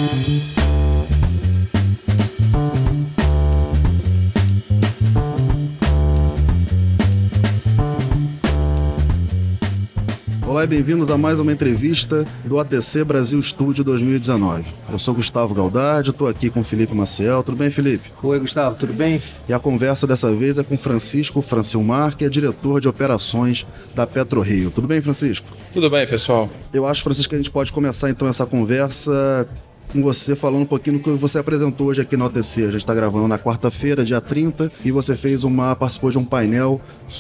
Olá e bem-vindos a mais uma entrevista do ATC Brasil Studio 2019. Eu sou Gustavo Galdardi, estou aqui com o Felipe Maciel. Tudo bem, Felipe? Oi, Gustavo, tudo bem? E a conversa dessa vez é com Francisco Francilmar, que é diretor de operações da PetroRio. Tudo bem, Francisco? Tudo bem, pessoal. Eu acho, Francisco, que a gente pode começar então essa conversa com você falando um pouquinho do que você apresentou hoje aqui no ATC. A gente está gravando na quarta-feira, dia 30, e você participou de um painel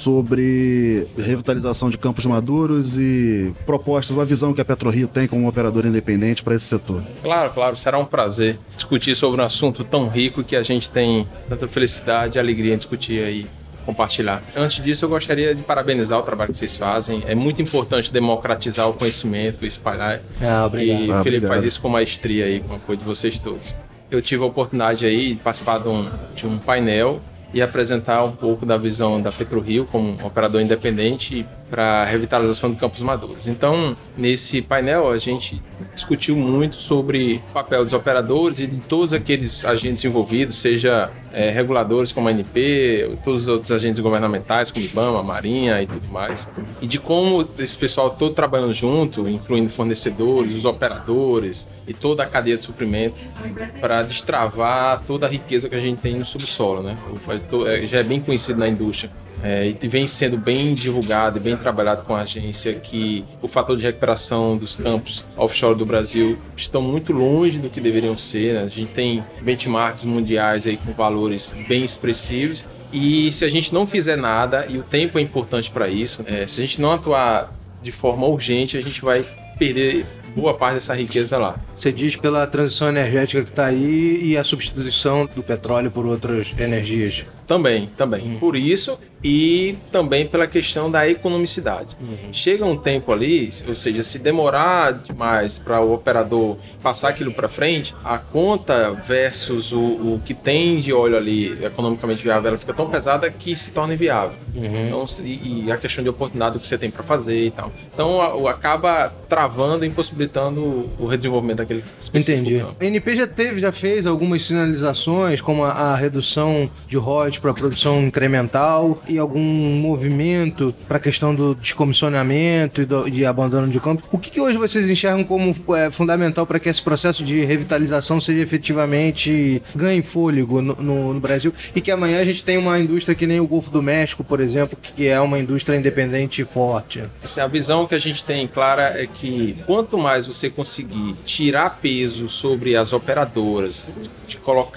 sobre revitalização de campos maduros e propostas, uma visão que a PetroRio tem como operadora independente para esse setor. Claro, será um prazer discutir sobre um assunto tão rico que a gente tem tanta felicidade e alegria em discutir aí, compartilhar. Antes disso, eu gostaria de parabenizar o trabalho que vocês fazem. É muito importante democratizar o conhecimento, espalhar. Obrigado. E o Felipe faz isso com maestria aí, com o apoio de vocês todos. Eu tive a oportunidade aí de participar de um painel e apresentar um pouco da visão da PetroRio como um operador independente para a revitalização de campos maduros. Então, nesse painel, a gente discutiu muito sobre o papel dos operadores e de todos aqueles agentes envolvidos, seja reguladores como a ANP, todos os outros agentes governamentais, como IBAMA, Marinha e tudo mais, e de como esse pessoal todo trabalhando junto, incluindo fornecedores, os operadores e toda a cadeia de suprimento, para destravar toda a riqueza que a gente tem no subsolo, né? Já é bem conhecido na indústria. E vem sendo bem divulgado e bem trabalhado com a agência que o fator de recuperação dos campos offshore do Brasil estão muito longe do que deveriam ser, né? A gente tem benchmarks mundiais aí com valores bem expressivos e se a gente não fizer nada, e o tempo é importante para isso, se a gente não atuar de forma urgente, a gente vai perder boa parte dessa riqueza lá. Você diz pela transição energética que está aí e a substituição do petróleo por outras energias. Também. Por isso e também pela questão da economicidade. Chega um tempo ali, ou seja, se demorar demais para o operador passar aquilo para frente, a conta versus o que tem de óleo ali economicamente viável, ela fica tão pesada que se torna inviável. Então, e a questão de oportunidade que você tem para fazer e tal. Então, acaba travando e impossibilitando o redesenvolvimento daquele específico. Entendi. A ANP já fez algumas sinalizações, como a redução de royalties para produção incremental e algum movimento para a questão do descomissionamento e de abandono de campos. O que hoje vocês enxergam como fundamental para que esse processo de revitalização seja efetivamente ganhe fôlego no Brasil e que amanhã a gente tenha uma indústria que nem o Golfo do México, por exemplo, que é uma indústria independente e forte? A visão que a gente tem clara é que quanto mais você conseguir tirar peso sobre as operadoras, de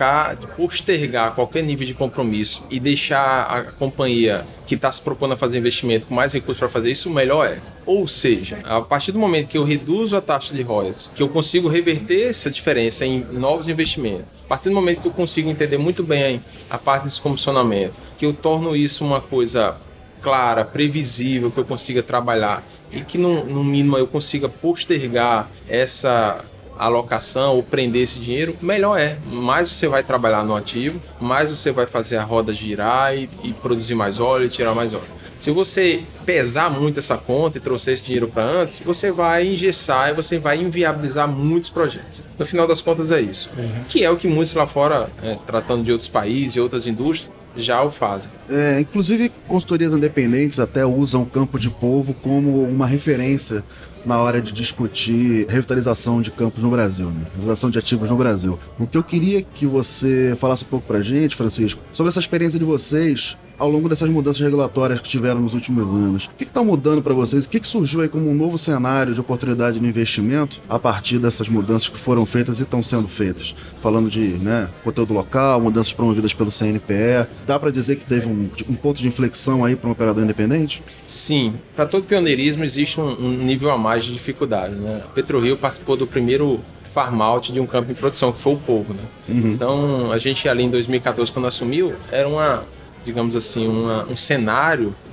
postergar qualquer nível de compromisso e deixar a companhia que está se propondo a fazer investimento com mais recursos para fazer isso, o melhor é. Ou seja, a partir do momento que eu reduzo a taxa de royalties, que eu consigo reverter essa diferença em novos investimentos, a partir do momento que eu consigo entender muito bem a parte desse comissionamento, que eu torno isso uma coisa clara, previsível, que eu consiga trabalhar e que no mínimo eu consiga postergar essa alocação ou prender esse dinheiro, melhor é. Mais você vai trabalhar no ativo, mais você vai fazer a roda girar e produzir mais óleo e tirar mais óleo. Se você pesar muito essa conta e trouxer esse dinheiro para antes, você vai engessar e você vai inviabilizar muitos projetos. No final das contas é isso. Que é o que muitos lá fora, tratando de outros países e outras indústrias, já o fazem. Inclusive, consultorias independentes até usam o Campo de Polvo como uma referência na hora de discutir revitalização de campos no Brasil, né? Revitalização de ativos no Brasil. O que eu queria que você falasse um pouco pra gente, Francisco, sobre essa experiência de vocês ao longo dessas mudanças regulatórias que tiveram nos últimos anos. O que está mudando para vocês? O que surgiu aí como um novo cenário de oportunidade de investimento a partir dessas mudanças que foram feitas e estão sendo feitas? Falando de conteúdo local, mudanças promovidas pelo CNPE. Dá para dizer que teve um ponto de inflexão aí para um operador independente? Sim. Para todo pioneirismo existe um nível a mais de dificuldade, né? A PetroRio participou do primeiro farm-out de um campo em produção, que foi o Polvo, né? Então, a gente ali em 2014, quando assumiu, era digamos assim, um cenário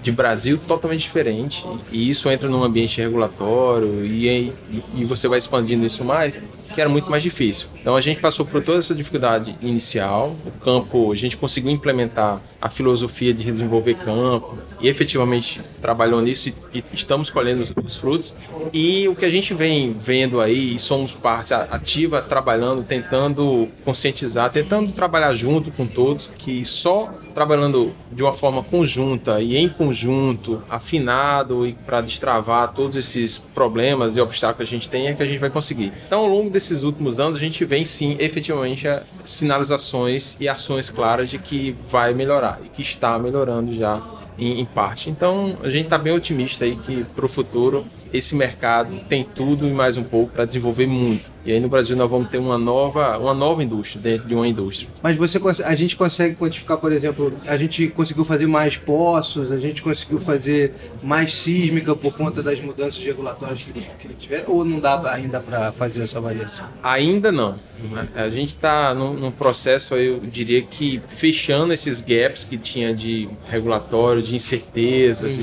de Brasil totalmente diferente, e isso entra num ambiente regulatório e você vai expandindo isso mais, que era muito mais difícil. Então a gente passou por toda essa dificuldade inicial, o campo, a gente conseguiu implementar a filosofia de desenvolver campo e efetivamente trabalhou nisso e estamos colhendo os frutos. E o que a gente vem vendo aí, e somos parte ativa, trabalhando, tentando conscientizar, tentando trabalhar junto com todos, que só trabalhando de uma forma conjunta e em conjunto, afinado e para destravar todos esses problemas e obstáculos que a gente tem, é que a gente vai conseguir. Então, ao longo desses últimos anos, a gente vem sim, efetivamente, sinalizações e ações claras de que vai melhorar e que está melhorando já em parte. Então, a gente está bem otimista aí que para o futuro esse mercado tem tudo e mais um pouco para desenvolver muito. E aí no Brasil nós vamos ter uma nova indústria dentro de uma indústria. Mas a gente consegue quantificar, por exemplo, a gente conseguiu fazer mais poços, a gente conseguiu fazer mais sísmica por conta das mudanças regulatórias que tiveram, ou não dá ainda para fazer essa avaliação? Ainda não. A gente está num processo, eu diria que fechando esses gaps que tinha de regulatório, de incertezas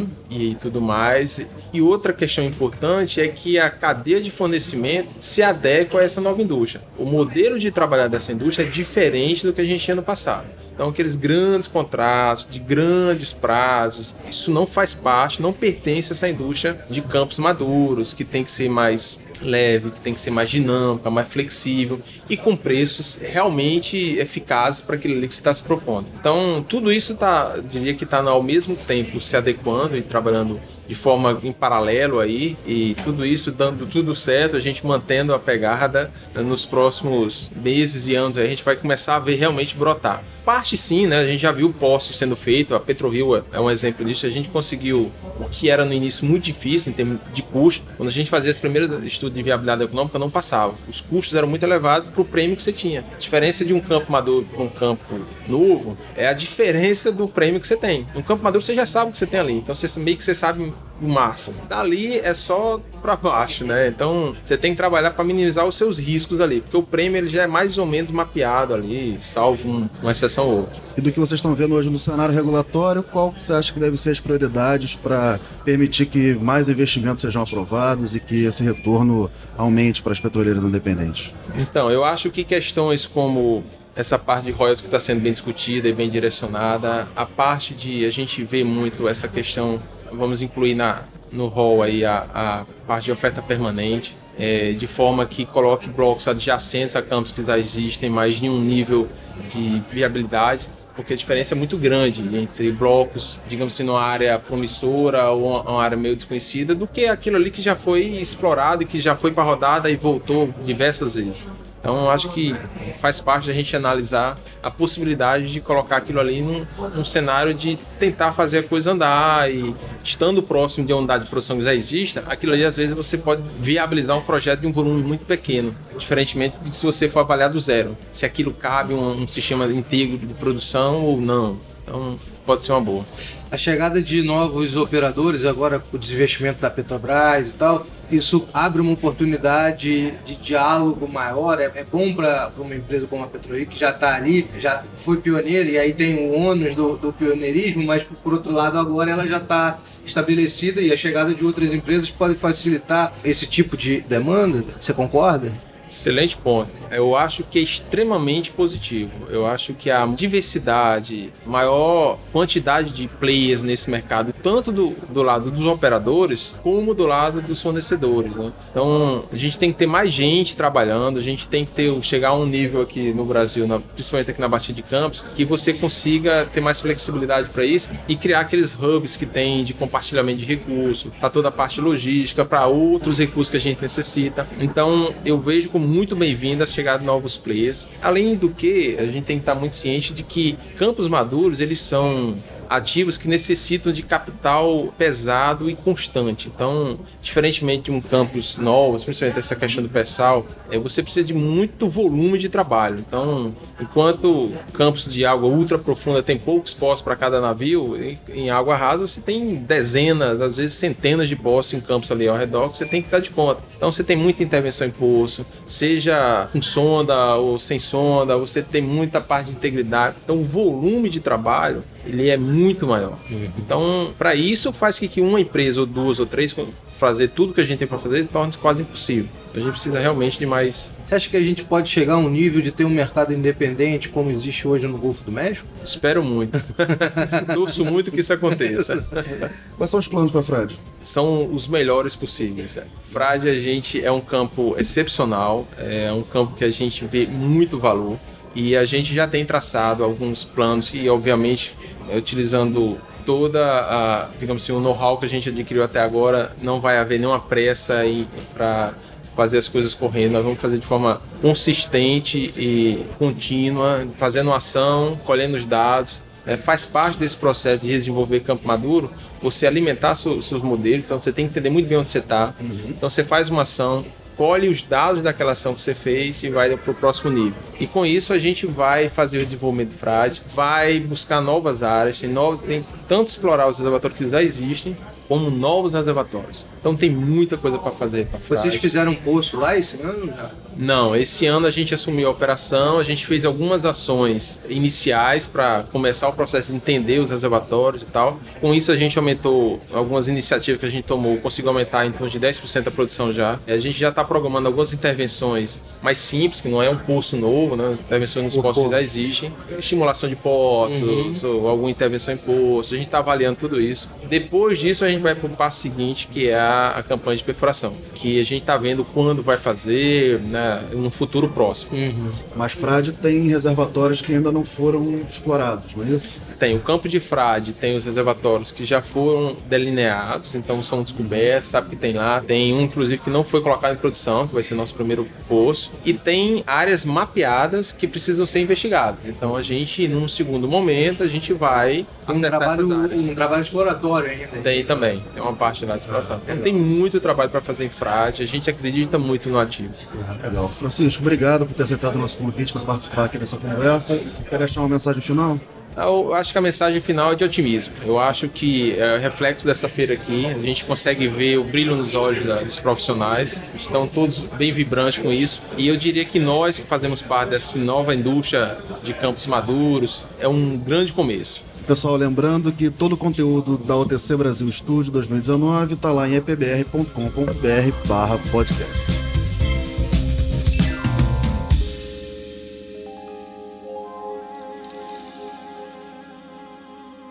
e tudo mais. E outra questão importante é que a cadeia de fornecimento se adequa a essa nova indústria. O modelo de trabalhar dessa indústria é diferente do que a gente tinha no passado. Então, aqueles grandes contratos, de grandes prazos, isso não faz parte, não pertence a essa indústria de campos maduros, que tem que ser mais leve, que tem que ser mais dinâmica, mais flexível e com preços realmente eficazes para aquilo ali que você está se propondo. Então, tudo isso diria que está ao mesmo tempo se adequando e trabalhando de forma em paralelo aí, e tudo isso dando tudo certo, a gente mantendo a pegada nos próximos meses e anos, aí a gente vai começar a ver realmente brotar. Parte sim, né? A gente já viu poços sendo feito, a PetroRio é um exemplo disso, a gente conseguiu o que era no início muito difícil em termos de custo. Quando a gente fazia as primeiras estudos de viabilidade econômica, não passava. Os custos eram muito elevados para o prêmio que você tinha. A diferença de um campo maduro para um campo novo é a diferença do prêmio que você tem. Um campo maduro você já sabe o que você tem ali, então você meio que você sabe o máximo. Dali é só para baixo, né? Então você tem que trabalhar para minimizar os seus riscos ali, porque o prêmio ele já é mais ou menos mapeado ali, salvo uma exceção ou outra. E do que vocês estão vendo hoje no cenário regulatório, qual você acha que devem ser as prioridades para permitir que mais investimentos sejam aprovados e que esse retorno aumente para as petroleiras independentes? Então, eu acho que questões como essa parte de royalties que está sendo bem discutida e bem direcionada, a parte de a gente vê muito essa questão, vamos incluir no rol aí a parte de oferta permanente, de forma que coloque blocos adjacentes a campos que já existem, mas em um nível de viabilidade, porque a diferença é muito grande entre blocos, digamos assim, numa área promissora ou uma área meio desconhecida, do que aquilo ali que já foi explorado e que já foi para a rodada e voltou diversas vezes. Então, eu acho que faz parte da gente analisar a possibilidade de colocar aquilo ali num cenário de tentar fazer a coisa andar e, estando próximo de uma unidade de produção que já exista, aquilo ali, às vezes, você pode viabilizar um projeto de um volume muito pequeno, diferentemente de se você for avaliar do zero, se aquilo cabe um sistema íntegro de produção ou não. Então, pode ser uma boa. A chegada de novos operadores, agora com o desinvestimento da Petrobras e tal, isso abre uma oportunidade de diálogo maior. É bom para uma empresa como a PetroRio, que já está ali, já foi pioneira, e aí tem o ônus do pioneirismo, mas por outro lado agora ela já está estabelecida e a chegada de outras empresas pode facilitar esse tipo de demanda. Você concorda? Excelente ponto. Eu acho que é extremamente positivo. Eu acho que a diversidade, maior quantidade de players nesse mercado, tanto do lado dos operadores, como do lado dos fornecedores, né? Então, a gente tem que ter mais gente trabalhando, a gente tem que chegar a um nível aqui no Brasil, principalmente aqui na Bacia de Campos, que você consiga ter mais flexibilidade para isso e criar aqueles hubs que tem de compartilhamento de recursos, para toda a parte logística, para outros recursos que a gente necessita. Então, eu vejo como muito bem-vinda a chegada de novos players. Além do que, a gente tem que estar muito ciente de que campos maduros, eles são ativos que necessitam de capital pesado e constante. Então, diferentemente de um campus novo, principalmente essa questão do pré-sal, você precisa de muito volume de trabalho. Então, enquanto campos de água ultra profunda tem poucos poços para cada navio, em água rasa você tem dezenas, às vezes centenas de poços em campos ali ao redor que você tem que dar de conta. Então, você tem muita intervenção em poço, seja com sonda ou sem sonda, você tem muita parte de integridade. Então, o volume de trabalho ele é muito maior. Então, para isso, faz que uma empresa, ou duas, ou três, fazer tudo que a gente tem para fazer, torna-se quase impossível. A gente precisa realmente de mais... Você acha que a gente pode chegar a um nível de ter um mercado independente como existe hoje no Golfo do México? Espero muito. Torço muito que isso aconteça. Quais são os planos para Frade? São os melhores possíveis. Frade, a gente é um campo excepcional, é um campo que a gente vê muito valor e a gente já tem traçado alguns planos e, obviamente, utilizando toda a, digamos assim, o know-how que a gente adquiriu até agora, não vai haver nenhuma pressa para fazer as coisas correndo. Nós vamos fazer de forma consistente e contínua, fazendo ação, colhendo os dados. Faz parte desse processo de desenvolver campo maduro, você alimentar seus modelos, então você tem que entender muito bem onde você está. Então você faz uma ação, colhe os dados daquela ação que você fez e vai para o próximo nível. E com isso a gente vai fazer o desenvolvimento de Frade, vai buscar novas áreas, tem tanto explorar os reservatórios que já existem, como novos reservatórios. Então tem muita coisa para fazer para Frade. Vocês fizeram um poço lá esse ano já? Não, esse ano a gente assumiu a operação, a gente fez algumas ações iniciais para começar o processo de entender os reservatórios e tal. Com isso a gente aumentou algumas iniciativas que a gente tomou, conseguiu aumentar em torno de 10% a produção já. A gente já está programando algumas intervenções mais simples, que não é um poço novo, né? Intervenções nos poços que já existem, estimulação de poços, ou alguma intervenção em poços, a gente está avaliando tudo isso. Depois disso a gente vai para o passo seguinte, que é a campanha de perfuração, que a gente está vendo quando vai fazer, né? No futuro próximo. Mas Frade tem reservatórios que ainda não foram explorados, não é isso? Tem o campo de Frade, tem os reservatórios que já foram delineados, então são descobertos, sabe que tem lá. Tem um, inclusive, que não foi colocado em produção, que vai ser nosso primeiro poço. E tem áreas mapeadas que precisam ser investigadas. Então a gente, num segundo momento, a gente vai acessar essas áreas. Um trabalho exploratório ainda. Tem também, tem uma parte lá de exploratório. Então tem muito trabalho para fazer em Frade, a gente acredita muito no ativo. Legal. Francisco, obrigado por ter aceitado o nosso convite para participar aqui dessa conversa. Quer deixar uma mensagem final? Eu acho que a mensagem final é de otimismo. Eu acho que é o reflexo dessa feira aqui. A gente consegue ver o brilho nos olhos dos profissionais. Estão todos bem vibrantes com isso. E eu diria que nós que fazemos parte dessa nova indústria de campos maduros, é um grande começo. Pessoal, lembrando que todo o conteúdo da OTC Brasil Studio 2019 está lá em epbr.com.br/podcast.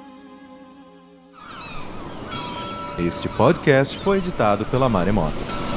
Este podcast foi editado pela Maremoto.